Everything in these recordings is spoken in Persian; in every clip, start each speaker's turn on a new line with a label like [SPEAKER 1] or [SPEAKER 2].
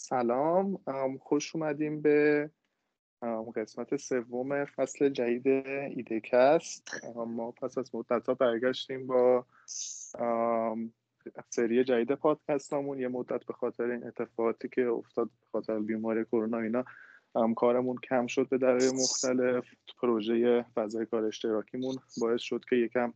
[SPEAKER 1] سلام، خوش اومدیم به قسمت سوم فصل جدید ایده‌کست. ما پس از مدت‌ها برگشتیم با سری جدید پادکستامون. یه مدت به خاطر این اتفاقاتی که افتاد به خاطر بیماری کرونا اینا کارمون کم شد به دلایل مختلف. پروژه فضای کار اشتراکیمون باعث شد که یکم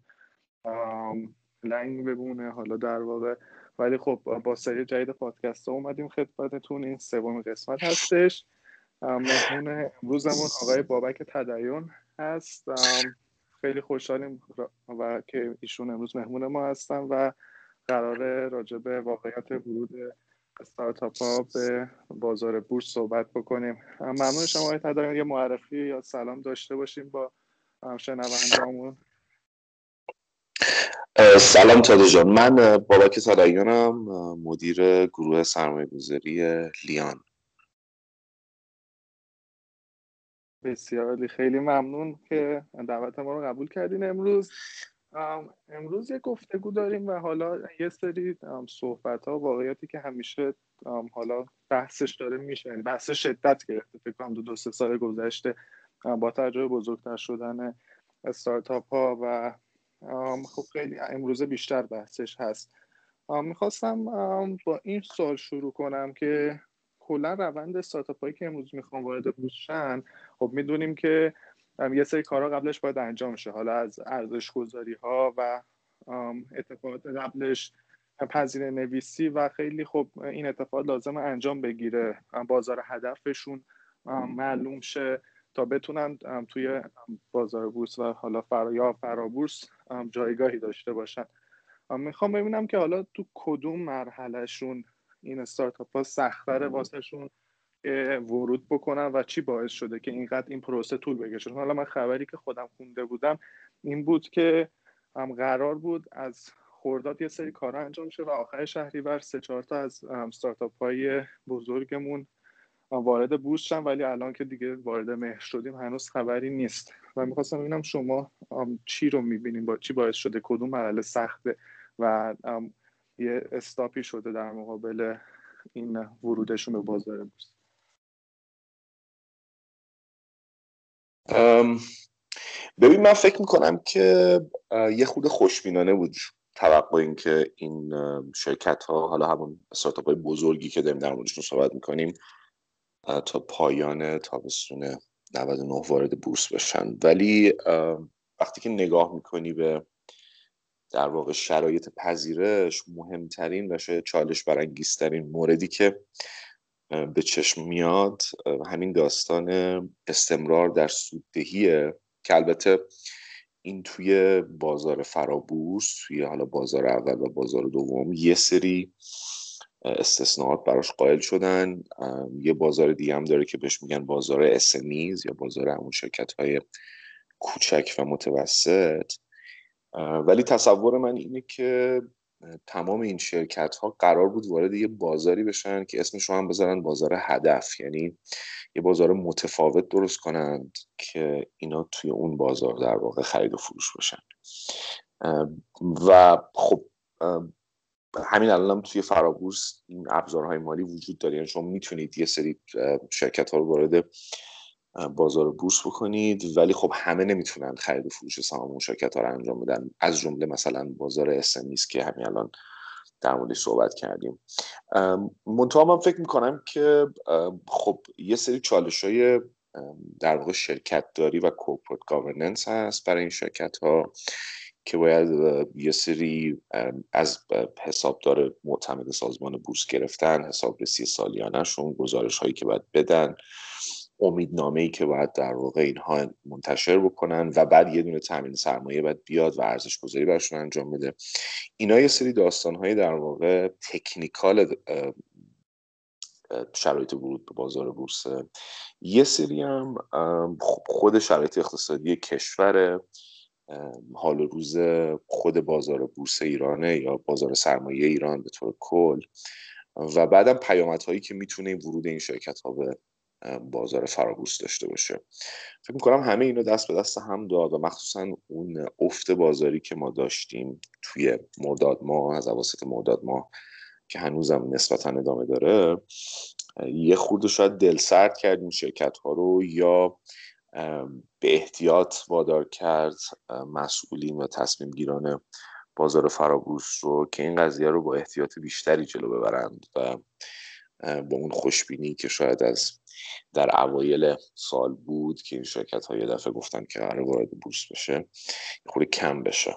[SPEAKER 1] لنگ بمونه حالا در واقع، ولی خب با سری جدید پادکست ها اومدیم خدمتتون. این سومین قسمت هستش. مهمون امروزمون آقای بابک تدین هست. خیلی خوشحالیم و که ایشون امروز مهمون ما هستن و قراره راجع به واقعیت ورود استارتاپ ها به بازار بورس صحبت بکنیم. ممنون شما آقای تدین، یه معرفی یا سلام داشته باشیم با شنوندهامون.
[SPEAKER 2] سلام تاده جان، من بابک تدینم، مدیر گروه سرمایه‌گذاری لیان.
[SPEAKER 1] بسیار عالی، خیلی ممنون که دعوت ما رو قبول کردین. امروز یه گفتگو داریم و حالا یه سری صحبت‌ها واقعیتی که همیشه حالا بحثش داره میشه، بحث شدت گرفته فکر کنم دو سه سال گذشته با توجه بزرگتر شدن استارتاپ ها و خب خیلی امروزه بیشتر بحثش هست. میخواستم با این سوال شروع کنم که کلا روند استارتاپ هایی که امروز میخوان وارد بورس شن، خب میدونیم که یه سری کارها قبلش باید انجام شه، حالا از ارزش گذاری ها و اتفاقات قبلش پذیره نویسی و خیلی خب این اتفاقات لازم انجام بگیره، بازار هدفشون معلوم شه تا بتونن توی بازار بورس و حالا فرابورس جایگاهی داشته باشن. میخوام ببینم که حالا تو کدوم مرحله شون این استارتاپ ها سخت‌تره واسه شون ورود بکنن و چی باعث شده که اینقدر این پروسه طول بکشه. حالا من خبری که خودم خونده بودم این بود که قرار بود از خرداد یه سری کارا انجام شه و آخر شهریور 3-4 تا از استارتاپ های بزرگمون وارد بورس شدن، ولی الان که دیگه وارد مهر شدیم هنوز خبری نیست و میخواستم ببینم شما چی رو میبینیم، با چی باعث شده، کدوم مرحله سخته و یه استاپی شده در مقابل این ورودشون به بازار بورس.
[SPEAKER 2] ببین، من فکر میکنم که یه خود خوشبینانه بود توقع این که این شرکت ها، حالا همون استارتاپ های بزرگی که داریم در موردشون صحبت میکنیم، تا پایان تابستون 99 وارد بورس بشن. ولی وقتی که نگاه میکنی به در واقع شرایط پذیرش، مهمترین و شاید چالش برانگیزترین موردی که به چشم میاد همین داستان استمرار در سوددهیه که البته این توی بازار فرابورس، توی حالا بازار اول و بازار دوم یه سری استثناءات براش قائل شدن. یه بازار دیگه هم داره که بهش میگن بازار SMEs یا بازار همون شرکت‌های کوچک و متوسط. ولی تصور من اینه که تمام این شرکت ها قرار بود وارد یه بازاری بشن که اسمش رو هم بذارن بازار هدف، یعنی یه بازار متفاوت درست کنند که اینا توی اون بازار در واقع خرید و فروش بشن. و خب همین الان هم توی فرابورس این ابزارهای مالی وجود داره، یعنی شما میتونید یه سری شرکت ها رو وارد بازار بورس بکنید، ولی خب همه نمیتونن خرید و فروش سهام اون شرکت ها رو انجام بدن، از جمله مثلا بازار SMEs که همین الان در موردش صحبت کردیم. منتها من فکر میکنم که خب یه سری چالش‌های در واقع شرکت داری و کورپوریت گاورننس هست برای این شرکت ها که باید یه سری از حسابدار معتمد سازمان بورس گرفتن، حسابرسی سالیانه‌شون، گزارش هایی که باید بدن، امیدنامه‌ای که باید در واقع اینها منتشر بکنن و بعد یه دونه تامین سرمایه باید بیاد و ارزش گذاری براشون انجام بده. اینا یه سری داستان‌های در واقع تکنیکال شرایط ورود به بازار بورس. یه سری هم خود شرایط اقتصادی کشور، حال و روز خود بازار بورس ایرانه یا بازار سرمایه ایران به طور کل، و بعدم پیامدهایی که میتونه ورود این شرکت ها به بازار فرابورس داشته باشه. فکر میکنم همه اینا دست به دست هم داد و مخصوصا اون افت بازاری که ما داشتیم توی مرداد ماه، از اواسط مرداد ماه که هنوزم نسبتا ادامه داره، یه خورده شاید دل سرد کرد این شرکت ها رو، یا به احتیاط وادار کرد مسئولین و تصمیم گیران بازار فرابورس رو که این قضیه رو با احتیاط بیشتری جلو ببرند و با اون خوشبینی که شاید از در اوایل سال بود که این شرکت ها یه دفعه گفتن که قرار وارد بورس بشه خود کم بشه.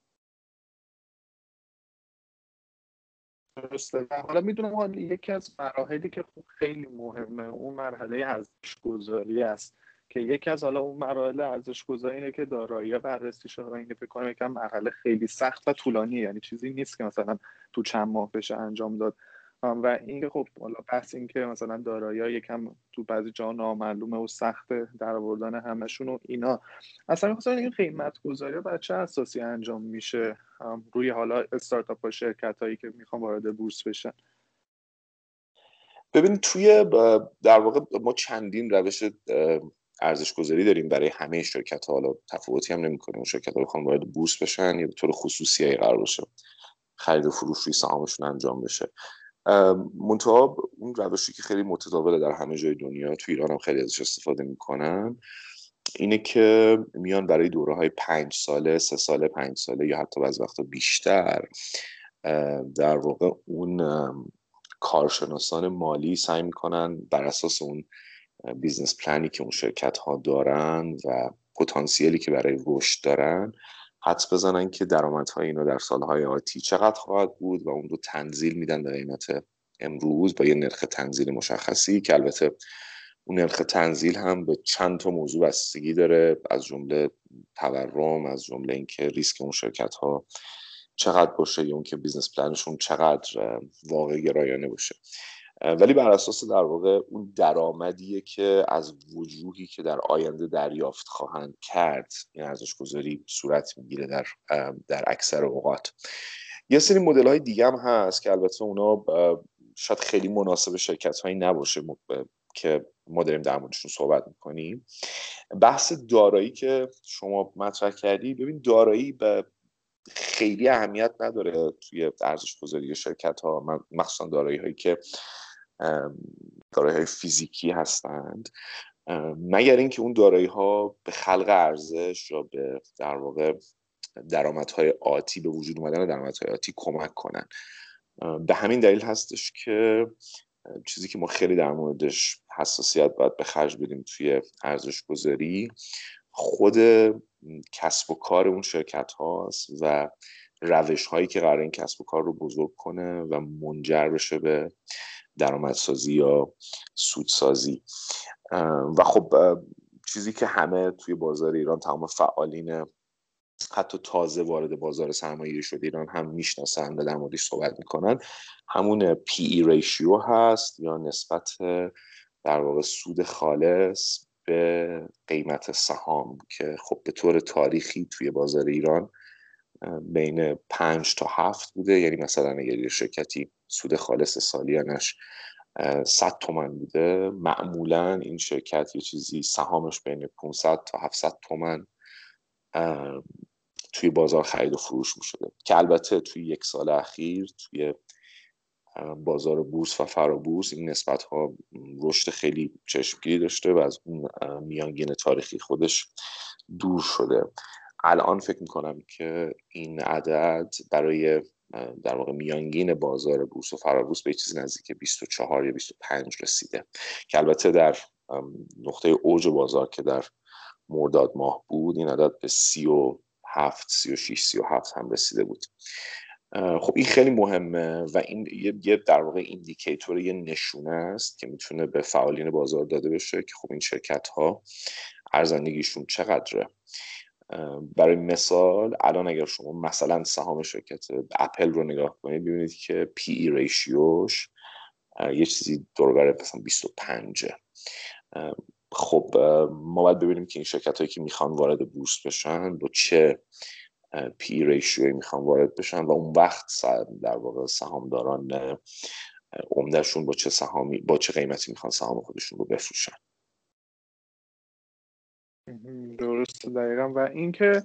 [SPEAKER 1] درسته. حالا میدونم حالا یکی از مراحلی که خیلی مهمه اون مرحله ارزش گذاری است که یکی از حالا اون مراحل ارزش گذاری اینه که دارایی بررسی شه. این فکر کنم یکم مرحله خیلی سخت و طولانیه، یعنی چیزی نیست که مثلا تو چند ماه بشه انجام داد. و این خب حالا بحث این که مثلا دارایی‌ها یکم تو بعضی جا نامعلومه و سخته در آوردن همشون و اینا. اصلا می‌خواستم این قیمت گذاری بر چه اساسی انجام میشه روی حالا استارتاپ ها، شرکت هایی که میخوان وارد بورس بشن؟
[SPEAKER 2] ببین توی در واقع ما چندین روش ارزش گذاری داریم برای همه شرکت ها. حالا تفاوتی هم نمی‌کنه اون شرکت ها بخوان وارد بورس بشن یا به طور خصوصی قرار باشه خرید و فروش روی سهامشون انجام بشه. منتها اون روشی که خیلی متداوله در همه جای دنیا، تو ایران هم خیلی ازش استفاده میکنن، اینه که میان برای دوره‌های 5 ساله، 3 ساله، 5 ساله یا حتی بعضی وقتا بیشتر در واقع اون کارشناسان مالی سعی میکنن بر اساس اون بیزنس پلانی که اون شرکت ها دارن و پتانسیلی که برای رشد دارن حدس بزنن که درآمدهای اینا در سالهای آتی چقدر خواهد بود و اون رو تنزیل میدن به قیمت امروز با یه نرخ تنزیل مشخصی که البته اون نرخ تنزیل هم به چند تا موضوع بستگی داره، از جمله تورم، از جمله اینکه ریسک اون شرکت ها چقدر باشه یا اون که بیزنس پلنشون چقدر واقع گرایانه باشه. ولی بر اساس در واقع اون درآمدیه که از وجوهی که در آینده دریافت خواهند کرد این ارزش گذاری صورت میگیره در اکثر اوقات. یه سری مدل های دیگه هم هست که البته اونا شاید خیلی مناسب شرکت هایی نباشه که ما داریم در موردشون صحبت میکنیم. بحث دارایی که شما مطرح کردی، ببین دارایی به خیلی اهمیت نداره توی ارزش گذاری شرکت ها، مخصوصا دارایی هایی که دارایی های فیزیکی هستند، مگر اینکه اون دارایی ها به خلق ارزش یا به در واقع درآمدهای آتی، به وجود اومدن درآمدهای آتی کمک کنن. به همین دلیل هستش که چیزی که ما خیلی در موردش حساسیت باید به خرج بدیم توی ارزش گذاری خود کسب و کار اون شرکت هاست و روش هایی که قرار این کسب و کار رو بزرگ کنه و منجر بشه به درآمدسازی یا سودسازی. و خب چیزی که همه توی بازار ایران، تمام فعالین حتی تازه وارد بازار سرمایه‌گذاری شده ایران هم میشناسن و در موردش صحبت میکنن، همون PE ratio هست یا نسبت در واقع سود خالص به قیمت سهام که خب به طور تاریخی توی بازار ایران بین 5 تا 7 بوده. یعنی مثلا اگر یه شرکتی سود خالص سالیانش 100 تومن بوده، معمولا این شرکت یه چیزی سهامش بین 500 تا 700 تومن توی بازار خرید و فروش می شده که البته توی 1 سال اخیر توی بازار بورس و فرابورس این نسبت ها رشد خیلی چشمگیری داشته و از اون میانگین تاریخی خودش دور شده. الان فکر میکنم که این عدد برای در واقع میانگین بازار بورس و فرابورس به چیزی نزدیک 24 یا 25 رسیده که البته در نقطه اوج بازار که در مرداد ماه بود این عدد به 37 36 37 هم رسیده بود. خب این خیلی مهمه و این یه در واقع ایندیکیتور، یه نشونه است که میتونه به فعالین بازار داده بشه که خب این شرکت ها ارزندگیشون چقدره. برای مثال الان اگر شما مثلا سهام شرکت اپل رو نگاه کنید ببینید که PE ریشیوش یه چیزی دور بر مثلا 25. خب ما باید ببینیم که این شرکت هایی که میخوان وارد بورس بشن با چه PE ریشیوی میخوان وارد بشن و اون وقت در واقع سهامداران عمدهشون با چه قیمتی میخوان سهام خودشون رو بفروشن.
[SPEAKER 1] درسته، دقیقا. و اینکه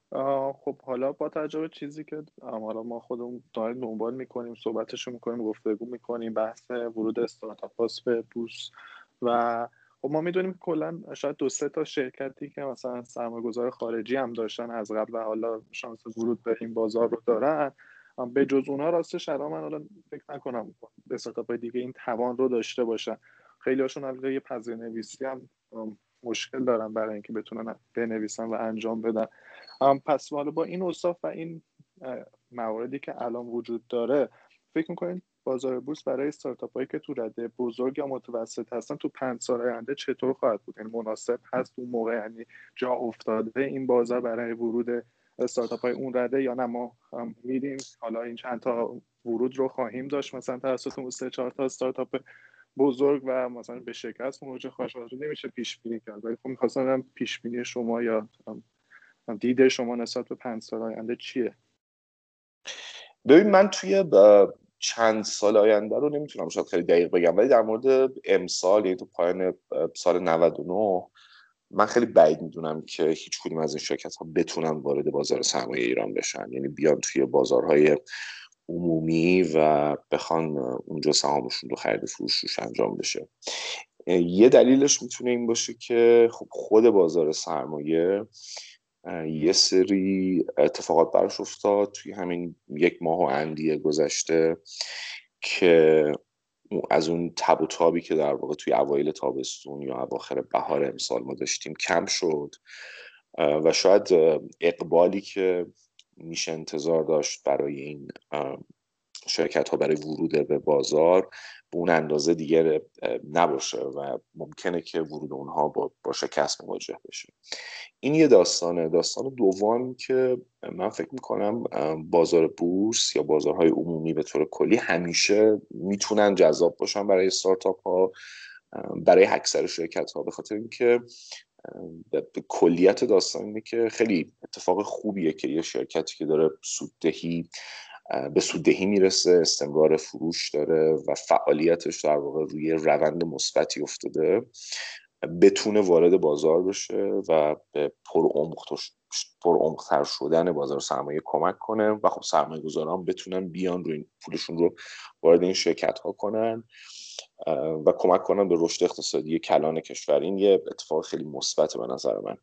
[SPEAKER 1] خب حالا با توجه به چیزی که حالا ما خودمون داریم دنبال میکنیم، صحبتشو میکنیم، گفتگو میکنیم، بحث ورود استارتاپ هاست به بورس و خب ما میدونیم کلا شاید دو سه تا شرکتی که مثلا سرمایه‌گذار خارجی هم داشتن از قبل و حالا شانس ورود به این بازار رو دارن. به جز اونها راستش الان من حالا فکر نکنم استارتاپ های دیگه این توان رو داشته باشن. خیلی هاشون البته یه پذیرنویسی هم مشکل دارن برای اینکه بتونن بنویسن و انجام بدن. پس حالا با این اوصاف و این مواردی که الان وجود داره، فکر میکنین بازار بورس برای استارتاپ هایی که تو رده بزرگ یا متوسط هستن تو 5 سال آینده چطور خواهد بود؟ یعنی مناسب هست اون موقع، یعنی جا افتاده این بازار برای ورود استارتاپ های اون رده، یا نه ما میریم حالا این چند تا ورود رو خواهیم داشت مثلا توسط اون 3-4 تا استارتاپ بزرگ و مثلا به شکست مواجه خواهد شد؟ نمیشه پیش بینی کرد، ولی خب می‌خواستم پیش بینی شما یا دید شما نسبت به 5 سال آینده چیه؟
[SPEAKER 2] ببین من توی چند سال آینده رو نمیتونم شاید خیلی دقیق بگم، ولی در مورد امسال یعنی تو پایان سال 99 من خیلی بعید میدونم که هیچ کدوم از این شرکت ها بتونن وارد بازار سرمایه ایران بشن، یعنی بیان توی بازارهای عمومی و بخوان اونجا سهامشون رو خرید و فروش روش انجام بشه. یه دلیلش میتونه این باشه که خب خود بازار سرمایه یه سری اتفاقات براش افتاد توی همین 1 ماه و اندی گذشته که از اون تب و تابی که در واقع توی اوایل تابستون یا اواخر بهار امسال ما داشتیم کم شد و شاید اقبالی که میشه انتظار داشت برای این شرکت ها برای ورود به بازار به اون اندازه دیگه نباشه و ممکنه که ورود اونها با شکست مواجه بشه. این یه داستانه. داستان دوم که من فکر میکنم بازار بورس یا بازارهای عمومی به طور کلی همیشه میتونن جذاب باشن برای استارتاپ ها، برای اکثر شرکت ها، به خاطر اینکه به کلیت داستان اینه که خیلی اتفاق خوبیه که یه شرکتی که داره به سوددهی میرسه، استمرار فروش داره و فعالیتش در واقع روی روند مثبتی افتاده، بتونه وارد بازار بشه و به پرعمق‌تر شدن بازار سرمایه کمک کنه و خب سرمایه گذاران بتونن بیان روی پولشون رو وارد این شرکت ها کنن و کمک کنن به رشد اقتصادی کلان کشور. این یه اتفاق خیلی مثبت به نظر من.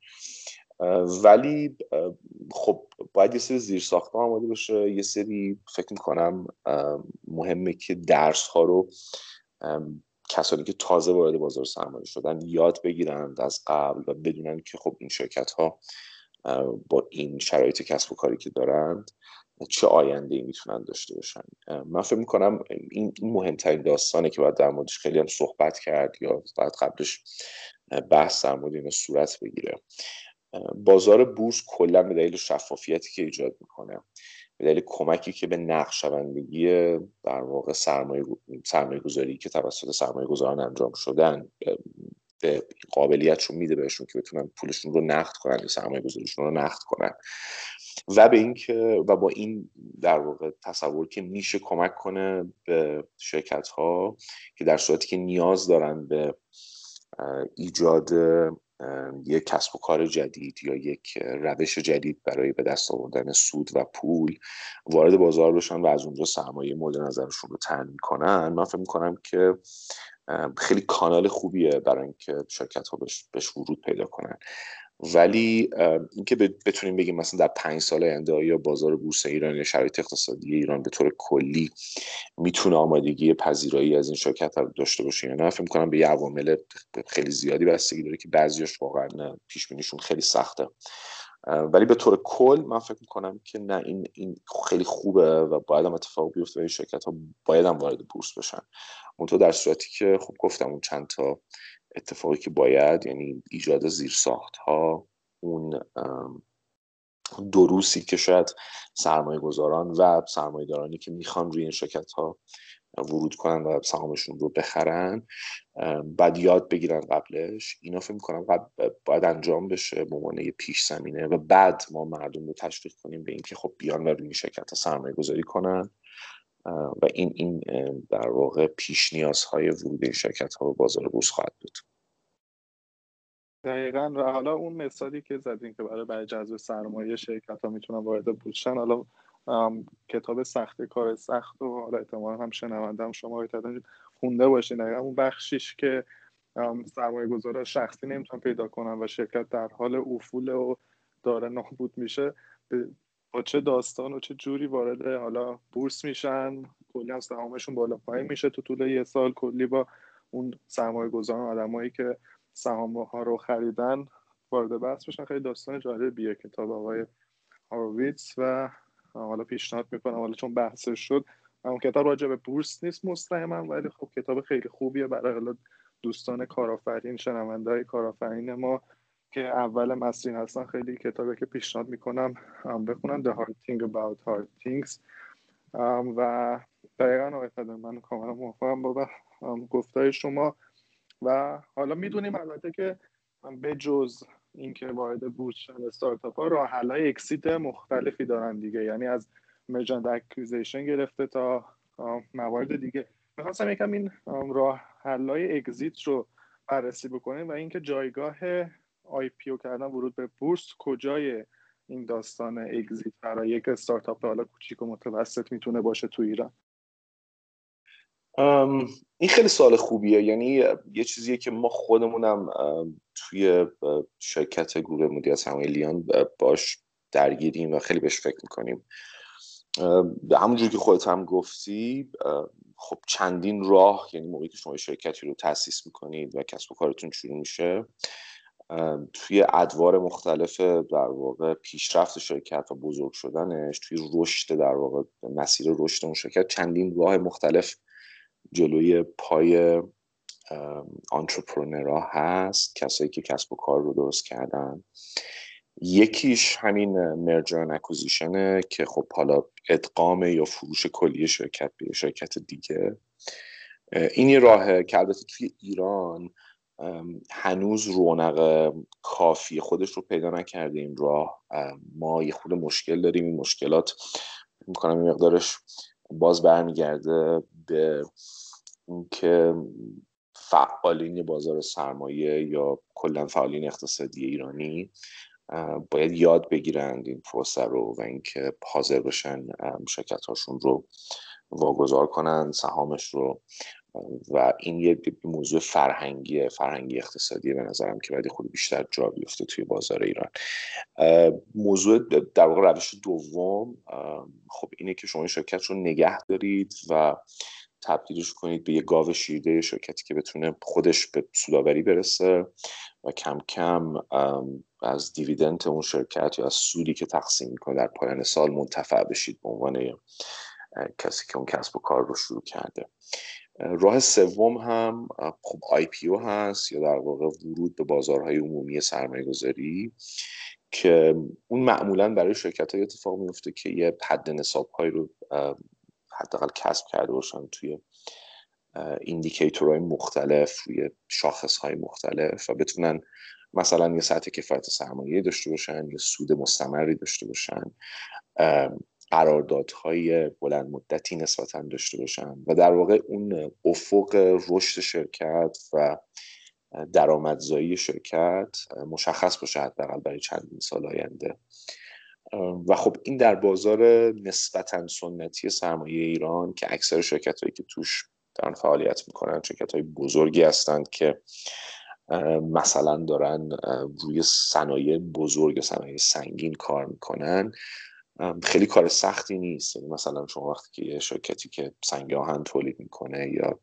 [SPEAKER 2] ولی خب باید یه سری زیرساخت‌ها آماده باشه، یه سری فکر میکنم مهمه که درس ها رو کسانی که تازه وارد بازار سرمایه شدن یاد بگیرند از قبل و بدونن که خب این شرکت ها با این شرایط کسب و کاری که دارند چه آینده ای میتونن داشته باشن. من فکر میکنم این مهمترین داستانه که باید در موردش خیلی هم صحبت کرد یا باید قبلش بحث در مورد این صورت بگیره. بازار بورس کلا به دلیل شفافیتی که ایجاد میکنه، به دلیل کمکی که به نقشه‌بندی در واقع سرمایه گذاری که توسط سرمایه گذاران انجام شدن به قابلیتشون میده بهشون که بتونن پولشون رو نقد کنن یا سرمایه گذاریشون رو نقد کنن و به این که و با این در واقع تصور که میشه کمک کنه به شرکت ها که در صورتی که نیاز دارن به ایجاد یک کسب و کار جدید یا یک روش جدید برای به دست آوردن سود و پول وارد بازار بشن و از اونجا سرمایه مورد نظرشون رو تامین کنن. من فکر میکنم که خیلی کانال خوبیه برای اینکه شرکت ها بهش ورود پیدا کنن. ولی اینکه بتونیم بگیم مثلا در 5 سال آینده یا بازار بورس ایران یا شرایط اقتصادی ایران به طور کلی میتونه آمادگی پذیرایی از این شرکت رو داشته باشه یا نه، فکر می‌کنم به یه عوامل خیلی زیادی بستگی داره که بعضیاش واقعا پیش بینیشون خیلی سخته. ولی به طور کل من فکر میکنم که نه، این خیلی خوبه و باید هم اتفاق بیفته و این شرکت ها باید هم وارد بورس بشن. منتها در صورتی که خب گفتم اون چند تا اتفاقی که باید، یعنی ایجاد زیرساخت ها، اون دروسی که شاید سرمایه گذاران و سرمایه دارانی که میخوان روی این شرکت ها ورود کنن و سهامشون رو بخرن بعد یاد بگیرن قبلش، اینا فکر میکنم باید انجام بشه به عنوان پیش زمینه و بعد ما مردم رو تشویق کنیم به اینکه خب بیان و روی این شرکت ها سرمایه گذاری کنن و این در واقع پیش نیازهای ورود این شرکت ها به بازار بورس خواهد بود.
[SPEAKER 1] دقیقاً. و حالا اون مثالی که زدین که برای جذب سرمایه شرکت‌ها میتونن وارد بورس شن، حالا کتاب سخت کار سخت و حالا احتمالاً هم شنونده‌ام شما احتمالاً خونده باشین، دقیقاً اون بخشیش که سرمایه گذارا شخصی نمیتونن پیدا کنن و شرکت در حال افول و داره نابود میشه، با چه داستان و چه جوری وارد حالا بورس میشن، کلی هم سهامشون بالا پایین میشه تو طول یه سال، کلی با اون سرمایه گذاران آدمایی که سهام ها رو خریدن وارد بحث میشن. خیلی داستان جالبیه کتاب آقای هاروویتس و حالا پیشنهاد میکنم، حالا چون بحثش شد، اون کتاب راجع به بورس نیست مستقیما، ولی خب کتاب خیلی خوبیه برای حالا دوستان کارآفرین، شنونده‌های کارآفرین ما که اول مسیر هستن. خیلی کتابی که پیشنهاد میکنم بخونن، The Hard Thing About Hard Things. و دقیقا آقای فدایی من کاملا موافقم با گفتای شما. و حالا میدونیم البته که به جز اینکه وارد بورس شدن استارتاپ ها، راه حل‌های اکسیت مختلفی دارن دیگه، یعنی از مرجنت اکوزیشن گرفته تا موارد دیگه. میخواستم یکم این راه حل‌های اکزیت رو بررسی بکنیم و اینکه جایگاه آی پی او کردن، ورود به بورس کجای این داستان اکزیت برای یک استارتاپ حالا کوچیک و متوسط میتونه باشه تو ایران.
[SPEAKER 2] این خیلی سوال خوبیه. یعنی یه چیزیه که ما خودمونم توی شرکت گروه مدیریت سرمایه لیان باش درگیریم و خیلی بهش فکر میکنیم. همونجور که خودت هم گفتی، خب چندین راه، یعنی موقعی که شما شرکتی رو تأسیس میکنید و کسب و کارتون شروع میشه، توی ادوار مختلف در واقع پیشرفت شرکت و بزرگ شدنش، توی رشد در واقع مسیر رشد اون شرکت، چندین راه مختلف جلوی پای آنترپرنرها هست، کسایی که کسب و کار رو درست کردن. یکیش همین مرجر اند اکوزیشنه که خب حالا ادغام یا فروش کلی شرکت به شرکت دیگه. این یه راهه که البته توی ایران هنوز رونق کافی خودش رو پیدا نکرده این راه. ما یه خود مشکل داریم. این مشکلات میکنم این مقدارش باز برمیگرده به اینکه فعالین بازار سرمایه یا کلا فعالین اقتصادی ایرانی باید یاد بگیرند این پروسه رو و اینکه حاضر بشن شرکت‌هاشون رو واگذار کنن، سهامش رو. و این یه موضوع فرهنگی اقتصادی به نظرم که باید خود بیشتر جا بیفته توی بازار ایران. موضوع در واقع روش دوم خب اینه که شما شرکت رو نگه دارید و تبدیلش کنید به یه گاو شیرده شرکتی که بتونه خودش به سودآوری برسه و کم کم از دیویدند اون شرکت یا از سودی که تقسیم میکنه در پایان سال منتفع بشید به عنوان کسی که اون کسب و کار رو شروع کرده. راه سوم هم خب IPO هست یا در واقع ورود به بازارهای عمومی سرمایه گذاری که اون معمولا برای شرکت های اتفاق میفته که یه حد نصاب های رو حداقل کسب کرده باشن توی ایندیکیتورهای مختلف، روی شاخصهای مختلف و بتونن مثلا یه سطح کفایت سرمایه داشته باشن یا سود مستمری داشته باشن، قراردادهای بلند مدتی نسبتاً داشته باشن و در واقع اون افق رشد شرکت و درآمدزایی شرکت مشخص باشه حداقل برای چندین سال آینده. و خب این در بازار نسبتاً سنتی سرمایه ایران که اکثر شرکت‌هایی که توش دارن فعالیت میکنن شرکت‌های بزرگی هستند که مثلا دارن روی صنایع بزرگ، صنایع سنگین کار میکنن، خیلی کار سختی نیست. مثلا شما وقتی که یه شرکتی که سنگ آهن تولید میکنه یا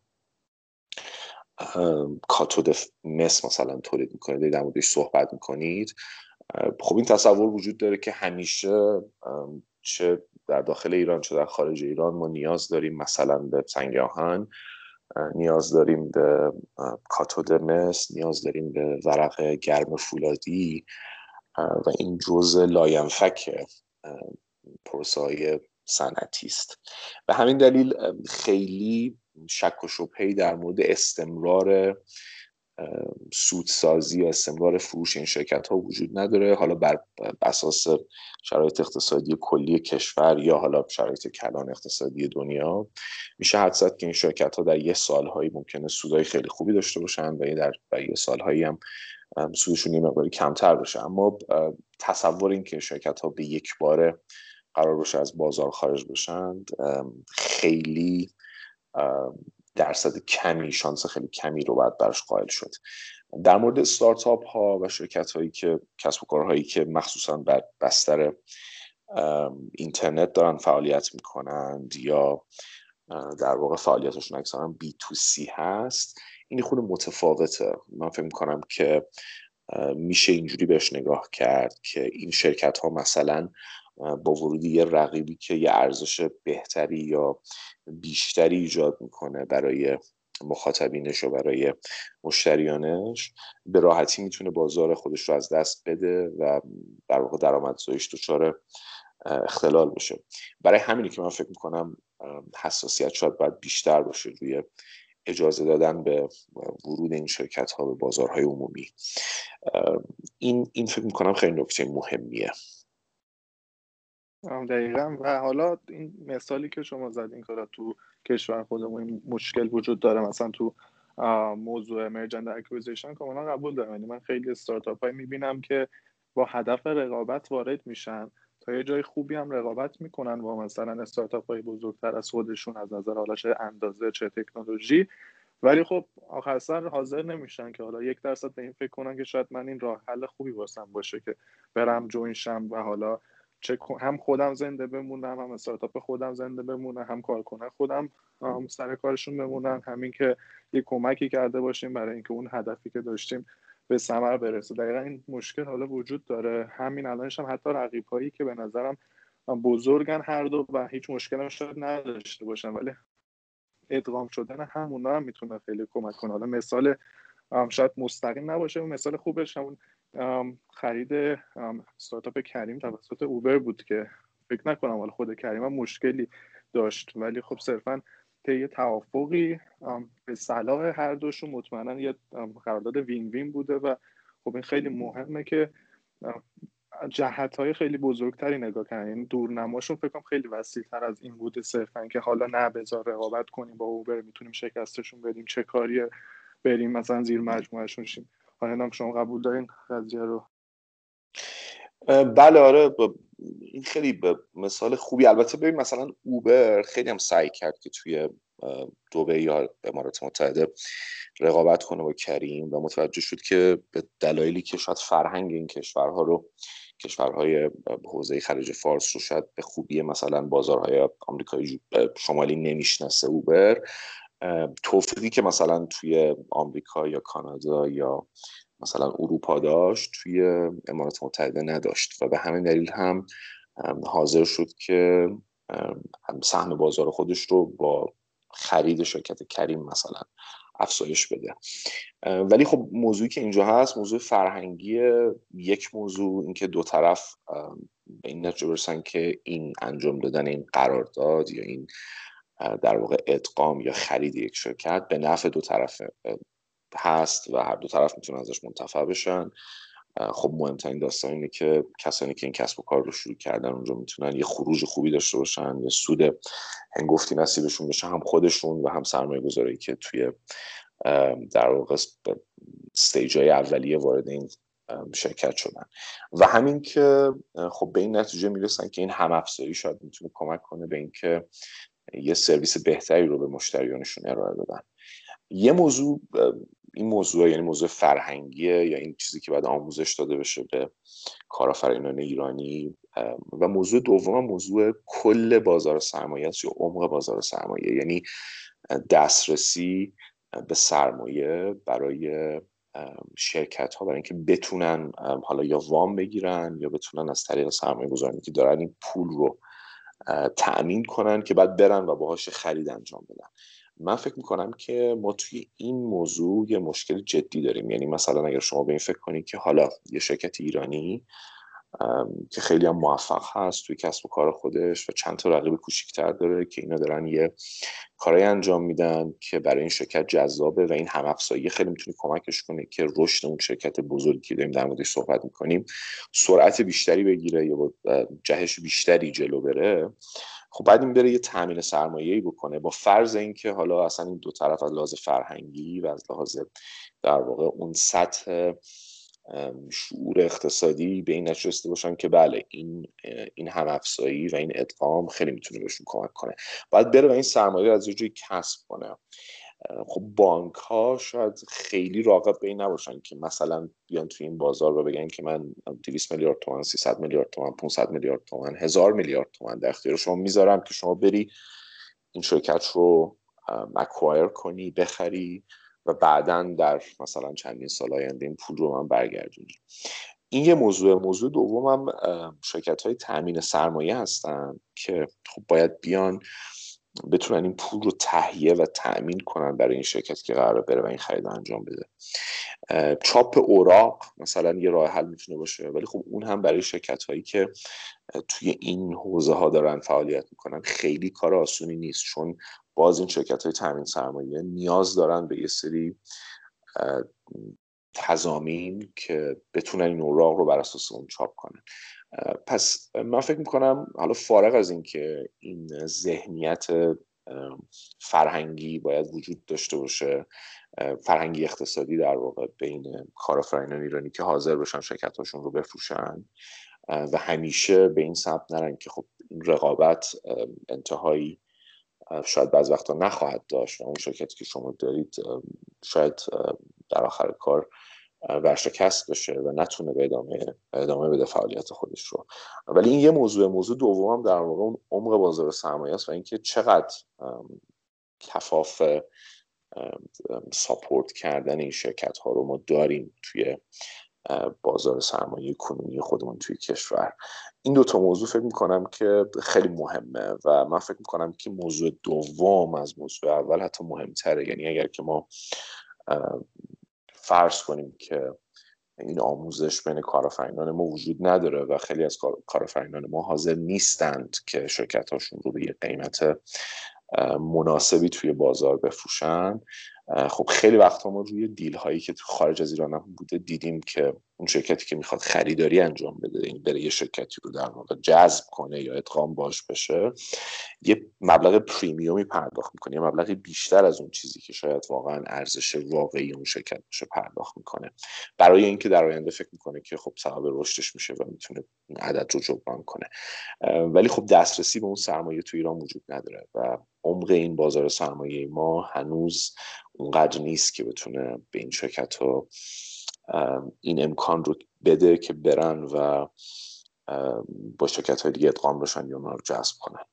[SPEAKER 2] کاتود مس مثلا تولید میکنه در موردش صحبت میکنید، خب این تصور وجود داره که همیشه چه در داخل ایران چه در خارج ایران ما نیاز داریم مثلا به سنگ آهن، نیاز داریم به کاتود مس، نیاز داریم به ورق گرم فولادی و این جزء لاینفک پروسه‌های صنعتی است. به همین دلیل خیلی شک و شبهه‌ای در مورد استمرار سودسازی یا استمرار فروش این شرکت ها وجود نداره. حالا بر اساس شرایط اقتصادی کلی کشور یا حالا شرایط کلان اقتصادی دنیا میشه حدس زد که این شرکت ها در یه سالهایی ممکنه سودای خیلی خوبی داشته باشن و در یه سالهایی هم سودشون یه مقداری کمتر بشه. اما تصور این که شرکت ها به یک باره قرار باشه از بازار خارج بشن خیلی درصد کمی، شانس خیلی کمی رو باید براش قائل شد. در مورد استارتاپ ها و شرکت هایی که کسب و کارهایی که مخصوصا بر بستر اینترنت دارن فعالیت میکنند یا در واقع فعالیتشون اکثرا B2C هست، این خود متفاوته. من فکر میکنم که میشه اینجوری بهش نگاه کرد که این شرکت ها مثلا با ورودی یه رقیبی که یه ارزش بهتری یا بیشتری ایجاد میکنه برای مخاطبینش و برای مشتریانش، به راحتی میتونه بازار خودش رو از دست بده و در واقع درآمدزاییش دچار اختلال بشه. برای همینی که من فکر میکنم حساسیت شاید باید بیشتر باشه روی اجازه دادن به ورود این شرکت ها به بازارهای عمومی. این فکر میکنم خیلی نکته مهمیه.
[SPEAKER 1] دقیقا. و حالا این مثالی که شما زدین که تو کشور خودمون این مشکل وجود داره، مثلا تو موضوع مرجند اکویزیشن کاملا قبول دارم. یعنی من خیلی استارتاپ های میبینم که با هدف رقابت وارد میشن، تا یه جای خوبی هم رقابت میکنن با مثلا استارتاپ های بزرگتر از خودشون از نظر حالا چه اندازه چه تکنولوژی، ولی خب آخر سر حاضر نمیشن که حالا 1% به این فکر کنن که شاید من این راه حل خوبی واسم باشه که برم جوین شم و حالا هم خودم زنده بمونم، هم استارتاپ خودم زنده بمونه، هم کارکنان خودم سر کارشون بمونن، همین که یه کمکی کرده باشیم برای اینکه اون هدفی که داشتیم به ثمر برسه. دقیقا این مشکل حالا وجود داره. همین الانش هم حتی رقیب‌هایی که به نظرم بزرگن هر دو و هیچ مشکلی شاید نداشته باشن، ولی ادغام شدن همونا هم میتونه خیلی کمک کنه. حالا مثال شاید مستقیم نباشه، اون مثال خوبش همون خرید استارتاپ کریم توسط اوبر بود که فکر نکنم حالا خود کریم هم مشکلی داشت، ولی خب صرفا طی توافقی به صلاح هر دوشون مطمئنا یه قرارداد وین وین بوده و خب این خیلی مهمه که جهت‌های خیلی بزرگتری نگاه کنن. یعنی دورنماشون فکر کنم خیلی وسیع‌تر از این بوده صرفا که حالا نه بذار رقابت کنیم با اوبر، میتونیم شکستشون بدیم، چه کاری بریم مثلا زیر مجموعهشون شیم. حالا شما قبول دارین قضیه رو؟
[SPEAKER 2] بله آره، این خیلی مثال خوبی. البته ببین مثلا اوبر خیلی هم سعی کرد که توی دبی یا امارات متحده رقابت کنه با کریم و متوجه شد که به دلایلی که شاید فرهنگ این کشورهای حوزه خلیج فارس رو شاید به خوبی مثلا بازارهای آمریکای شمالی نمیشناسه اوبر، توفیقی که مثلا توی آمریکا یا کانادا یا مثلا اروپا داشت توی امارات متحده نداشت و به همین دلیل هم حاضر شد که سهم بازار خودش رو با خرید شرکت کریم مثلا افزایش بده. ولی خب موضوعی که اینجا هست موضوع فرهنگی. یک موضوع این که دو طرف به این نتیجه برسن که این انجام دادن این قرارداد یا این در واقع ادغام یا خرید یک شرکت به نفع دو طرف هست و هر دو طرف میتونن ازش منتفع بشن. خب مهمترین داستان اینه که کسانی که این کسب و کار رو شروع کردن اونجا میتونن یه خروج خوبی داشته باشن، یه سود هنگفتی نصیبشون بشه، هم خودشون و هم سرمایه گذاری که توی در واقع استیج‌های اولیه وارد این شرکت شدن. و همین که خب به این نتیجه میرسن که این هم افزایی شاید میتونه کمک کنه به اینکه یه سرویس بهتری رو به مشتریانشون ارائه بدن. یه موضوع، این موضوع یعنی موضوع فرهنگیه یا این چیزی که باید آموزش داده بشه به کارآفرینان ایرانی. و موضوع دوم موضوع کل بازار سرمایه است یا عمق بازار سرمایه، یعنی دسترسی به سرمایه برای شرکت ها برای اینکه بتونن حالا یا وام بگیرن یا بتونن از طریق سرمایه گذاری که دارن این پول رو تأمین کنن که بعد برن و باهاش خرید انجام بدن. من فکر میکنم که ما توی این موضوع یه مشکل جدی داریم. یعنی مثلا اگر شما به این فکر کنید که حالا یه شرکت ایرانی که خیلی هم موفق هست توی کسب و کار خودش و چند تا رقیب کوچیک‌تر داره که اینا دارن یه کارایی انجام میدن که برای این شرکت جذابه و این هم افزایی خیلی میتونه کمکش کنه که رشد اون شرکت بزرگی که داریم در موردش صحبت میکنیم سرعت بیشتری بگیره یا با جهش بیشتری جلو بره. خب بعد این بره یه تامین سرمایه‌ای بکنه با فرض اینکه حالا اصلا این دو طرف از لحاظ فرهنگی و از لحاظ در واقع اون سطح شعور اقتصادی به این نتیجه رسیده باشن که بله این هم افزایی و این ادغام خیلی میتونه بهشون کمک کنه. باید بره و این سرمایه از یه جایی کسب کنه. خب بانک ها شاید خیلی راغب به این نباشن که مثلا بیان توی این بازار و بگن که من 200 میلیارد تومان، 300 میلیارد تومان، 500 میلیارد تومان، 1000 میلیارد تومان در اختیار شما میذارم که شما بری این شرکت رو اکوایر کنی، بخری و بعداً در مثلا چندین سال آینده این پول رو من برگردونی. این یه موضوع دومم شرکت‌های تأمین سرمایه هستن که خب باید بیان بتونن این پول رو تهیه و تأمین کنن برای این شرکت که قراره بره و این خرید انجام بده. چاپ اوراق مثلا یه راه حل میتونه باشه، ولی خب اون هم برای شرکت‌هایی که توی این حوزه ها دارن فعالیت میکنن خیلی کار آسونی نیست، چون باز این شرکت‌های تامین سرمایه نیاز دارن به یه سری تضامین که بتونن این اوراق رو بر اساس اون چاپ کنن. پس من فکر میکنم حالا فارغ از این که این ذهنیت فرهنگی باید وجود داشته باشه، فرهنگی اقتصادی در واقع بین کارآفرینان ایرانی که حاضر باشن شرکت‌هاشون رو بفروشن و همیشه به این سمت نرن که خب این رقابت انتهایی شاید بعض وقتا نخواهد داشت و اون شرکتی که شما دارید شاید در آخر کار ورشکست بشه و نتونه به ادامه بده فعالیت خودش رو. ولی این یه موضوع دوم در واقع اون عمق بازار سرمایه است و اینکه چقدر کفاف ساپورت کردن این شرکت ها رو ما داریم توی بازار سرمایه کنونی خودمون توی کشور. این دوتا موضوع فکر میکنم که خیلی مهمه و من فکر میکنم که موضوع دوم از موضوع اول حتی مهمتره. یعنی اگر که ما فرض کنیم که این آموزش بین کارآفرینان ما وجود نداره و خیلی از کارآفرینان ما حاضر نیستند که شرکت‌هاشون رو به یه قیمت مناسبی توی بازار بفروشن، خب خیلی وقتا ما روی دیل هایی که تو خارج از ایران هم بوده دیدیم که اون شرکتی که میخواد خریداری انجام بده، این بره یه شرکتی رو در واقع جذب کنه یا ادغام باش بشه، یه مبلغ پریمیومی پرداخت میکنه، یه مبلغ بیشتر از اون چیزی که شاید واقعا ارزش واقعی اون شرکت باشه پرداخت میکنه، برای اینکه در آینده فکر میکنه که خب سبب رشدش میشه و میتونه این عدد رو جبران کنه. ولی خب دسترسی به اون سرمایه تو ایران وجود نداره و عمق این بازار سرمایه ما هنوز اونقدر نیست که بتونه به این شرکت ها این امکان رو بده که برن و با شرکت های دیگه ادغام بشن یا اونها رو جذب کنن.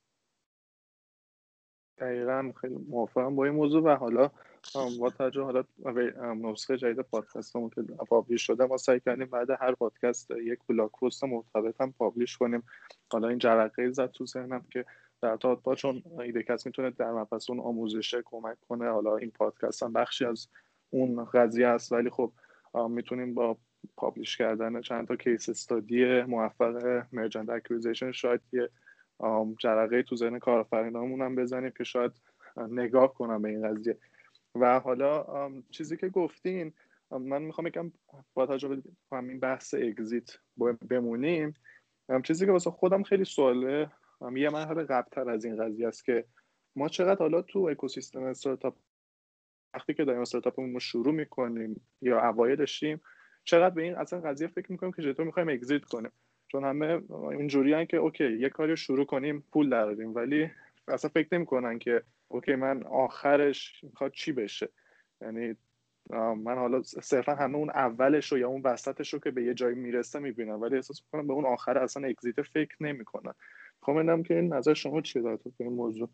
[SPEAKER 1] دقیقا خیلی موافقم با این موضوع و حالا با توجه حالا نسخه جدید پادکستمون که پابلیش شده ما سعی کردیم بعد هر پادکست یک بلاگ پست مرتبط هم پابلیش کنیم. حالا این جرقه زد تو ذهنم که در تا چون ایده کس میتونه در مبحث اون آموزشه کمک کنه، حالا این پادکست هم بخشی از اون قضیه است، ولی خب میتونیم با پابلیش کردن چند تا کیس استادی موفق مرجنت اکویزیشن شاید یه جرقه تو ذهن کارآفرینامون هم بزنیم که شاید نگاه کنم به این قضیه. و حالا چیزی که گفتین من میخوام یکم با توجه به همین بحث اگزیت بمونیم. چیزی که واسه خودم خیلی سواله، یه مرحله قبل‌تر از این قضیه است که ما چقدر حالا تو اکوسیستم استارتاپ وقتی که داریم استارتاپمون رو شروع میکنیم یا اوایلشیم چقدر به این اصلا قضیه فکر میکنیم که چطور میخوایم اگزیت کنیم، چون همه اینجوریان که اوکی یه کاری شروع کنیم پول دراریم، ولی اصلا فکر نمیکنن که اوکی من آخرش میخواد چی بشه. یعنی من حالا صرفا همه اون اولش رو یا اون وسطش رو که به یه جایی میرسه میبینم، ولی احساس میکنم به اون آخر اصلا اگزیت فکر نمیکنن. خب ببینم که این نظر شما چیه در این موضوع؟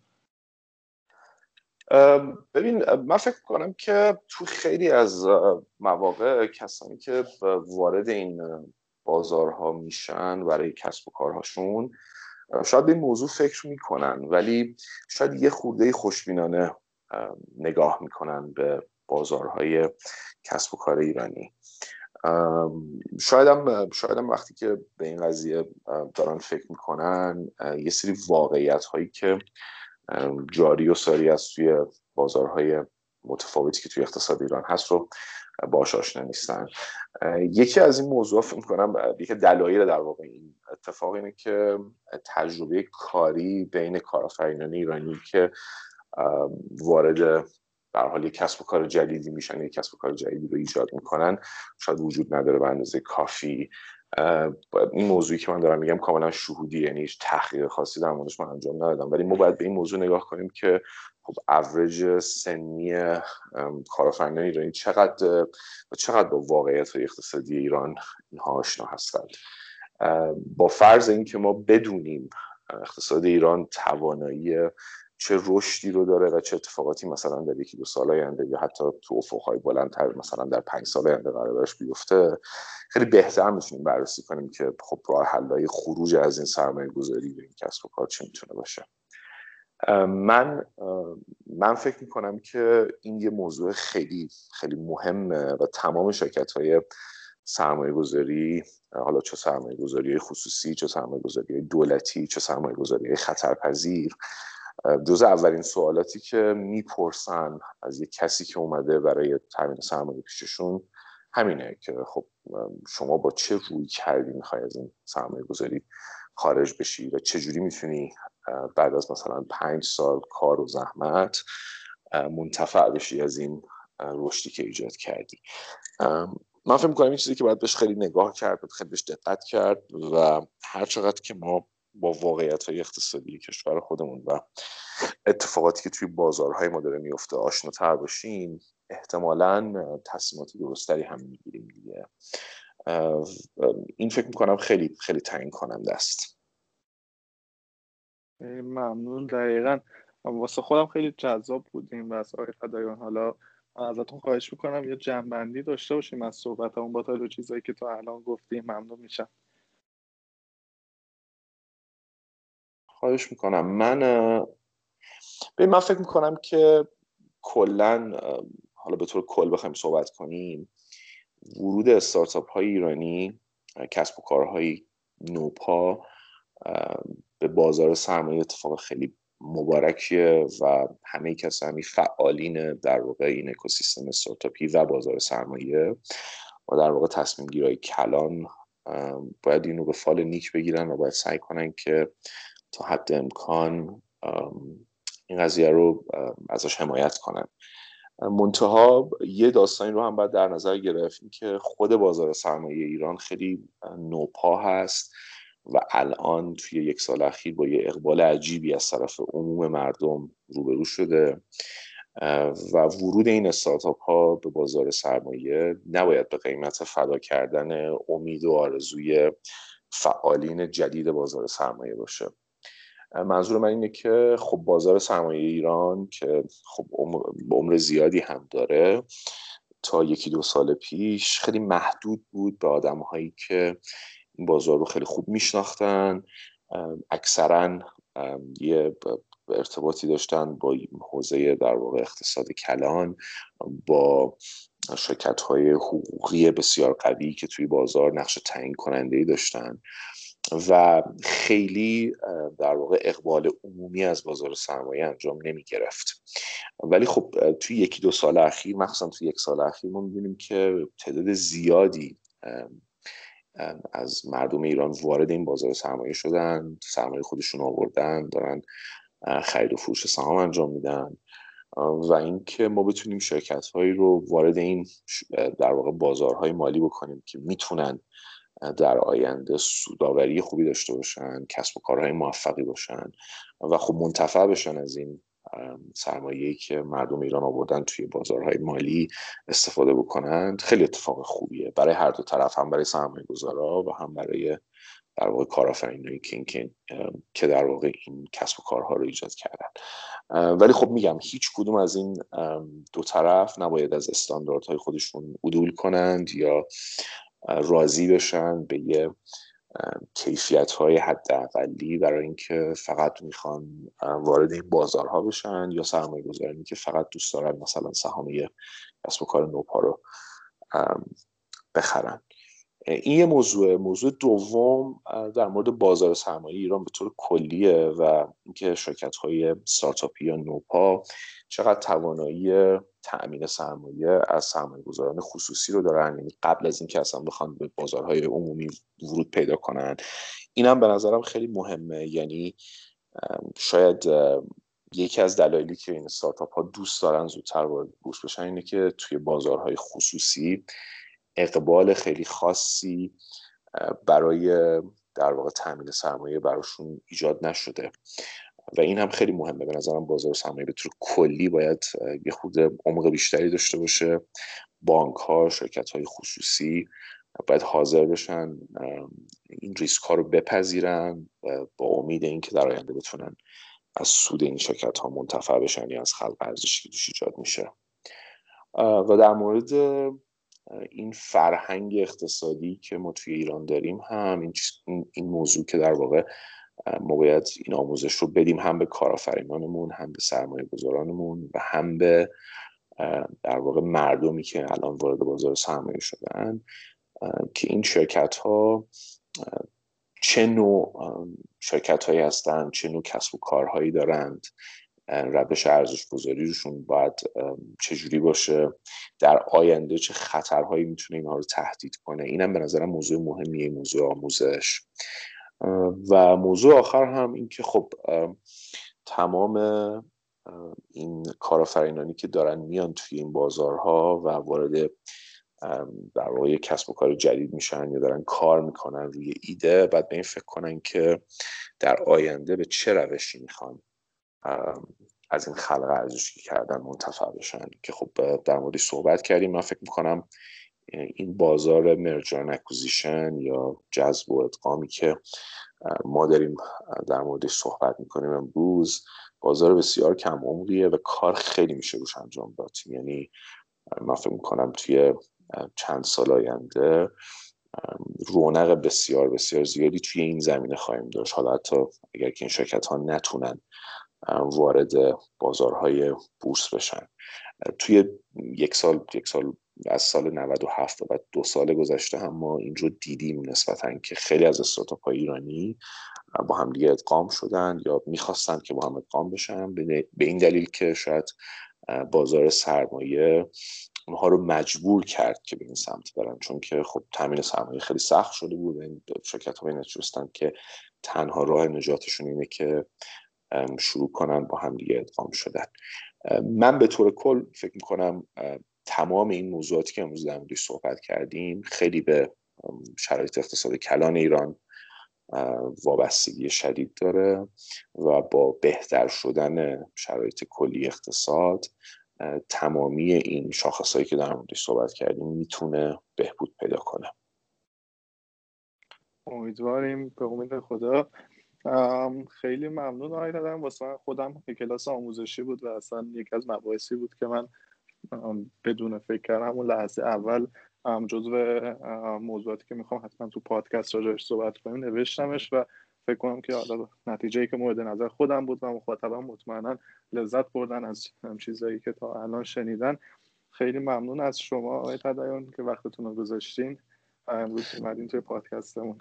[SPEAKER 2] ببین من فکر کنم که تو خیلی از مواقع کسانی که وارد این بازارها میشن برای کسب و کارهاشون شاید به این موضوع فکر میکنن، ولی شاید یه خورده خوشبینانه نگاه میکنن به بازارهای کسب و کار ایرانی. شاید هم وقتی که به این قضیه دارن فکر میکنن یه سری واقعیت هایی که جاری و ساری از توی بازارهای متفاوتی که توی اقتصاد ایران هست رو باهاش آشنا نیستن. یکی از این موضوعات فکر می‌کنم یکی دلایل در واقع این اتفاق اینه که تجربه کاری بین کارآفرینان ایرانی که وارد در حال کسب و کار جدیدی میشن، یک کسب و کار جدیدی رو ایجاد میکنن، شاید وجود نداره به اندازه کافی. این موضوعی که من دارم میگم کاملا شهودی، یعنی هیچ تحقیق خاصی در موردش من انجام ندادم، ولی ما باید به این موضوع نگاه کنیم که خب اوریج سنی کارآفرینان ایرانی چقدر با واقعیت اقتصادی ایران اینها آشنا هستند. با فرض اینکه ما بدونیم اقتصاد ایران توانایی چه رشدی رو داره و چه اتفاقاتی مثلا در 1-2 سال آینده یا حتی تو افق‌های بلندتر مثلا در 5 سال آینده قرارش بیفته، خیلی بهتر میتونیم بررسی کنیم که خب راه حل‌های خروج از این سرمایه‌گذاری و این کسب و کار چه میتونه باشه. من فکر میکنم که این یه موضوع خیلی خیلی مهمه و تمام شرکت‌های سرمایه‌گذاری، حالا چه سرمایه‌گذاری خصوصی، چه سرمایه‌گذاری دولتی، چه سرمایه‌گذاری خطرپذیر، جزء اولین سوالاتی که میپرسن از یک کسی که اومده برای تامین سرمایه پیششون همینه که خب شما با چه روی کردی میخوای از این سرمایه‌گذاری خارج بشی و چجوری میتونی بعد از مثلا 5 سال کار و زحمت منتفع بشی از این رشدی که ایجاد کردی. من فکر می‌کنم این چیزی که باید بهش خیلی نگاه کرد، خیلی بهش دقت کرد و هر چقدر که ما با واقعیت‌های اقتصادی کشور خودمون و اتفاقاتی که توی بازارهای ما داره میفته آشناتر باشیم، احتمالاً تصمیمات درستری هم میگیریم دیگه. این فکر می‌کنم خیلی خیلی تعیین کننده است.
[SPEAKER 1] ممنون. دقیقاً واسه خودم خیلی جذاب بود این بحث آقای فدایان. حالا ازتون خواهش میکنم یه جمع‌بندی داشته باشیم از صحبتامون با تا چیزایی که تا الان گفتیم. ممنون میشم.
[SPEAKER 2] خواهش میکنم. من فکر میکنم که کلن، حالا به طور کل بخوایم صحبت کنیم، ورود استارتاپ های ایرانی، کسب و کارهای نوپا به بازار سرمایه اتفاق خیلی مبارکیه و همه کسانی فعالین در واقع این اکوسیستم استارتاپی و بازار سرمایه و در واقع تصمیم گیرای کلان باید اینو به فال نیک بگیرن و باید سعی کنن که تا حد امکان این قضیه رو ازش حمایت کنن. منتها یه داستانی رو هم باید در نظر گرفتیم که خود بازار سرمایه ایران خیلی نوپا هست و الان توی 1 سال اخیر با یه اقبال عجیبی از طرف عموم مردم روبرو شده و ورود این استارتاپ ها به بازار سرمایه نباید به قیمت فدا کردن امید و آرزوی فعالین جدید بازار سرمایه باشه. منظور من اینه که خب بازار سرمایه ایران که خب عمر زیادی هم داره، تا 1-2 سال پیش خیلی محدود بود به آدم‌هایی که این بازار رو خیلی خوب میشناختن، اکثرا یه ارتباطی داشتن با حوزه در واقع اقتصاد کلان، با شرکت‌های حقوقی بسیار قوی که توی بازار نقش تعیین کننده‌ای داشتن و خیلی در واقع اقبال عمومی از بازار سرمایه انجام نمی گرفت. ولی خب توی 1-2 سال اخیر، مخصوصا توی 1 سال اخیر، ما می‌بینیم که تعداد زیادی از مردم ایران وارد این بازار سرمایه شدن، سرمایه خودشون آوردن، دارن خرید و فروش سهام انجام میدن و اینکه ما بتونیم شرکت‌هایی رو وارد این در واقع بازارهای مالی بکنیم که میتونن در آینده سودآوری خوبی داشته باشن، کسب و کارهای موفقی باشن و خب منتفع بشن از این سرمایه‌ای که مردم ایران آوردن توی بازارهای مالی استفاده بکنن، خیلی اتفاق خوبیه برای هر دو طرف، هم برای سرمایه‌گذارا و هم برای در واقع کارآفرینایی که در واقع این کسب و کارها رو ایجاد کردن. ولی خب میگم هیچ کدوم از این دو طرف نباید از استانداردهای خودشون عدول کنند یا راضی بشن به یه کیفیت‌های حداقلی برای اینکه فقط میخوان وارد این بازارها بشن، یا سرمایه‌گذارانی که فقط دوست دارن مثلا سهام کسب و کار نوپا رو بخرن. این یه موضوع دوم در مورد بازار سرمایه ایران به طور کلیه و اینکه شرکت‌های استارتاپی یا نوپا چقدر توانایی تأمین سرمایه از سرمایه‌گذاران خصوصی رو دارن، یعنی قبل از اینکه اصلا بخوان به بازارهای عمومی ورود پیدا کنن. اینم به نظرم خیلی مهمه، یعنی شاید یکی از دلایلی که این استارتاپ ها دوست دارن زودتر وارد بورس بشن اینه که توی بازارهای خصوصی اقبال خیلی خاصی برای در واقع تامین سرمایه براشون ایجاد نشده و این هم خیلی مهمه. به نظرم بازار سرمایه به طور کلی باید یه خود عمق بیشتری داشته باشه. بانک ها، شرکت های خصوصی باید حاضر بشن این ریسک ها رو بپذیرن و با امید اینکه در آینده بتونن از سود این شرکت ها منتفع بشن یا از خلق ارزشی که توش ایجاد میشه. و در مورد این فرهنگ اقتصادی که ما توی ایران داریم هم این موضوع که در واقع ما باید این آموزش رو بدیم هم به کارآفرینانمون، هم به سرمایه گذارانمون و هم به در واقع مردمی که الان وارد بازار سرمایه شدن که این شرکت ها چه نوع شرکت هایی هستند، چه نوع کسب و کارهایی دارند، روش ارزش گذاری روشون باید چجوری باشه، در آینده چه خطرهایی میتونه اینها رو تهدید کنه. اینم به نظرم موضوع مهمیه، موضوع آموزش. و موضوع آخر هم این که خب تمام این کارآفرینانی که دارن میان توی این بازارها و وارد در واقع یک کسب و کار جدید میشن یا دارن کار میکنن روی ایده، بعد به این فکر کنن که در آینده به چه روشی میخوان از این خلق ارزشی کردن منتفع بشن که خب در موردش صحبت کردیم. من فکر میکنم این بازار مرجر اکوزیشن یا جذب و ادغامی که ما داریم در موردش صحبت میکنیم امروز بازار بسیار کم عمریه و کار خیلی میشه روش انجام داد. یعنی من فکر میکنم توی چند سال آینده رونق بسیار بسیار زیادی توی این زمینه خواهیم داشت، حالا حتی اگر که این شرکت ها نتونن وارد بازارهای بورس بشن. توی یک سال از سال 97 و بعد 2 سال گذشته هم ما این رو دیدیم نسبتاً که خیلی از استارتاپ های ایرانی با هم دیگه ادغام شدن یا میخواستن که با هم ادغام بشن به این دلیل که شاید بازار سرمایه اونها رو مجبور کرد که به این سمت برن، چون که خب تامین سرمایه خیلی سخت شده بود. این شرکت ها نتونستن که تنها راه نجاتشون اینه که شروع کنن با هم دیگه ادغام شدن. من به طور کل فکر میکنم تمام این موضوعاتی که امروز در موردش صحبت کردیم خیلی به شرایط اقتصاد کلان ایران وابستگی شدید داره و با بهتر شدن شرایط کلی اقتصاد تمامی این شاخصهایی که در موردش صحبت کردیم میتونه بهبود پیدا کنه.
[SPEAKER 1] امیدواریم به امید خدا. خیلی ممنون آقای دادم. واسه خودم یک کلاس آموزشی بود و اصلا یکی از مباحثی بود که من بدون فکر کردم همون لحظه اول جزو موضوعاتی که میخوام حتما تو پادکست راجعش صحبت کنیم نوشتمش و فکر کنم که حالا نتیجه‌ای که مورد نظر خودم بود و مخاطبم مطمئنا لذت بردن از چیزایی که تا الان شنیدن. خیلی ممنون از شما آقای تدیون که وقتتون رو گذاشتین و امروز اومدین توی پادکستمون.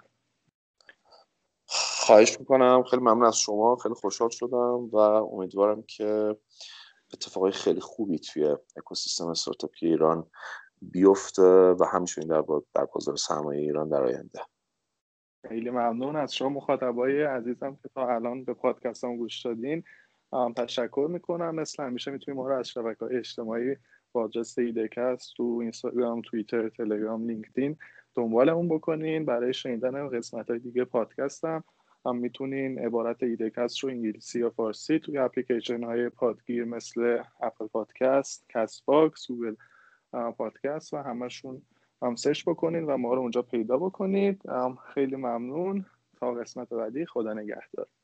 [SPEAKER 2] خواهش میکنم، خیلی ممنون از شما، خیلی خوشحال شدم و امیدوارم که اتفاقای خیلی خوبی توی اکوسیستم استارتاپی ایران بیفته و همچنین در بازار سرمایه ایران در آینده.
[SPEAKER 1] خیلی ممنون از شما مخاطبای عزیزم که تا الان به پادکستم گوش دادین. تشکر میکنم. مثل همیشه میتونید ما رو از شبکه‌های اجتماعی با آدرس ایده‌کست تو اینستاگرام، توییتر، تلگرام، لینکدین دنبالمون بکنین. برای شنیدن قسمت‌های دیگه پادکستم هم میتونین عبارت ایده‌کست رو انگلیسی یا فارسی توی اپلیکیشن‌های پادگیر مثل اپل پادکست، کست باکس، گوگل پادکست و همشون هم سرچ بکنید و ما رو اونجا پیدا بکنید. خیلی ممنون. تا قسمت بعدی، خدا نگهدار.